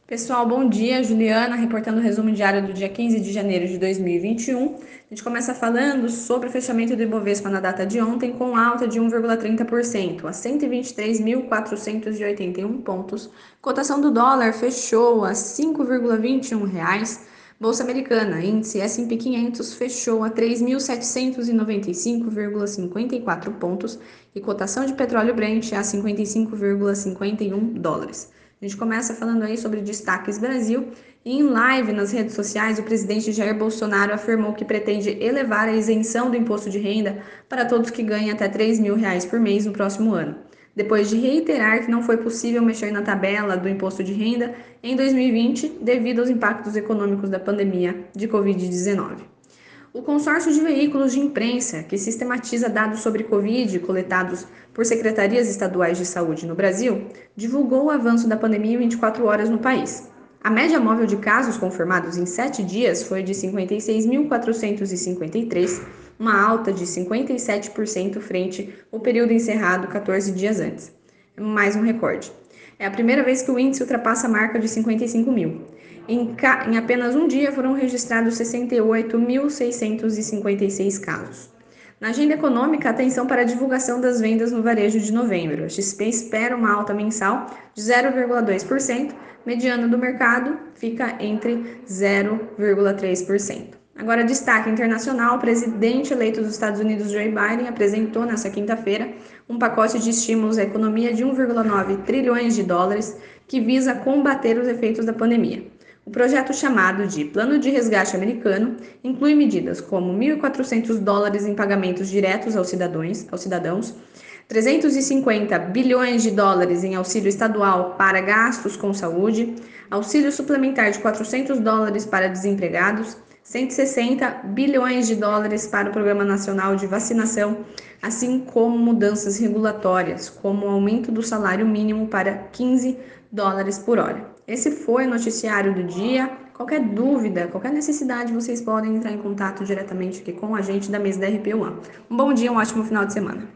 Pessoal, bom dia. Juliana, reportando o resumo diário do dia 15 de janeiro de 2021. A gente começa falando sobre o fechamento do Ibovespa na data de ontem, com alta de 1,30% a 123.481 pontos. Cotação do dólar fechou a R$ 5,21. Bolsa Americana, índice S&P 500, fechou a 3.795,54 pontos e cotação de petróleo Brent a 55,51 dólares. A gente começa falando aí sobre destaques Brasil. E em live nas redes sociais, o presidente Jair Bolsonaro afirmou que pretende elevar a isenção do imposto de renda para todos que ganham até R$ 3.000 por mês no próximo ano, depois de reiterar que não foi possível mexer na tabela do imposto de renda em 2020 devido aos impactos econômicos da pandemia de Covid-19. O consórcio de veículos de imprensa, que sistematiza dados sobre Covid coletados por secretarias estaduais de saúde no Brasil, divulgou o avanço da pandemia em 24 horas no país. A média móvel de casos confirmados em 7 dias foi de 56.453, uma alta de 57% frente ao período encerrado 14 dias antes. Mais um recorde. É a primeira vez que o índice ultrapassa a marca de 55 mil. Em apenas um dia foram registrados 68.656 casos. Na agenda econômica, atenção para a divulgação das vendas no varejo de novembro. A XP espera uma alta mensal de 0,2%, mediana do mercado fica entre 0,3%. Agora, destaque internacional: o presidente eleito dos Estados Unidos, Joe Biden, apresentou nesta quinta-feira um pacote de estímulos à economia de 1,9 trilhões de dólares que visa combater os efeitos da pandemia. O projeto, chamado de Plano de Resgate Americano, inclui medidas como US$ 1.400 em pagamentos diretos aos cidadãos, 350 bilhões de dólares em auxílio estadual para gastos com saúde, auxílio suplementar de US$ 400 para desempregados, 160 bilhões de dólares para o Programa Nacional de Vacinação, assim como mudanças regulatórias, como o aumento do salário mínimo para US$ 15 por hora. Esse foi o noticiário do dia. Qualquer dúvida, qualquer necessidade, vocês podem entrar em contato diretamente aqui com a gente da mesa da RP One. Um bom dia, um ótimo final de semana.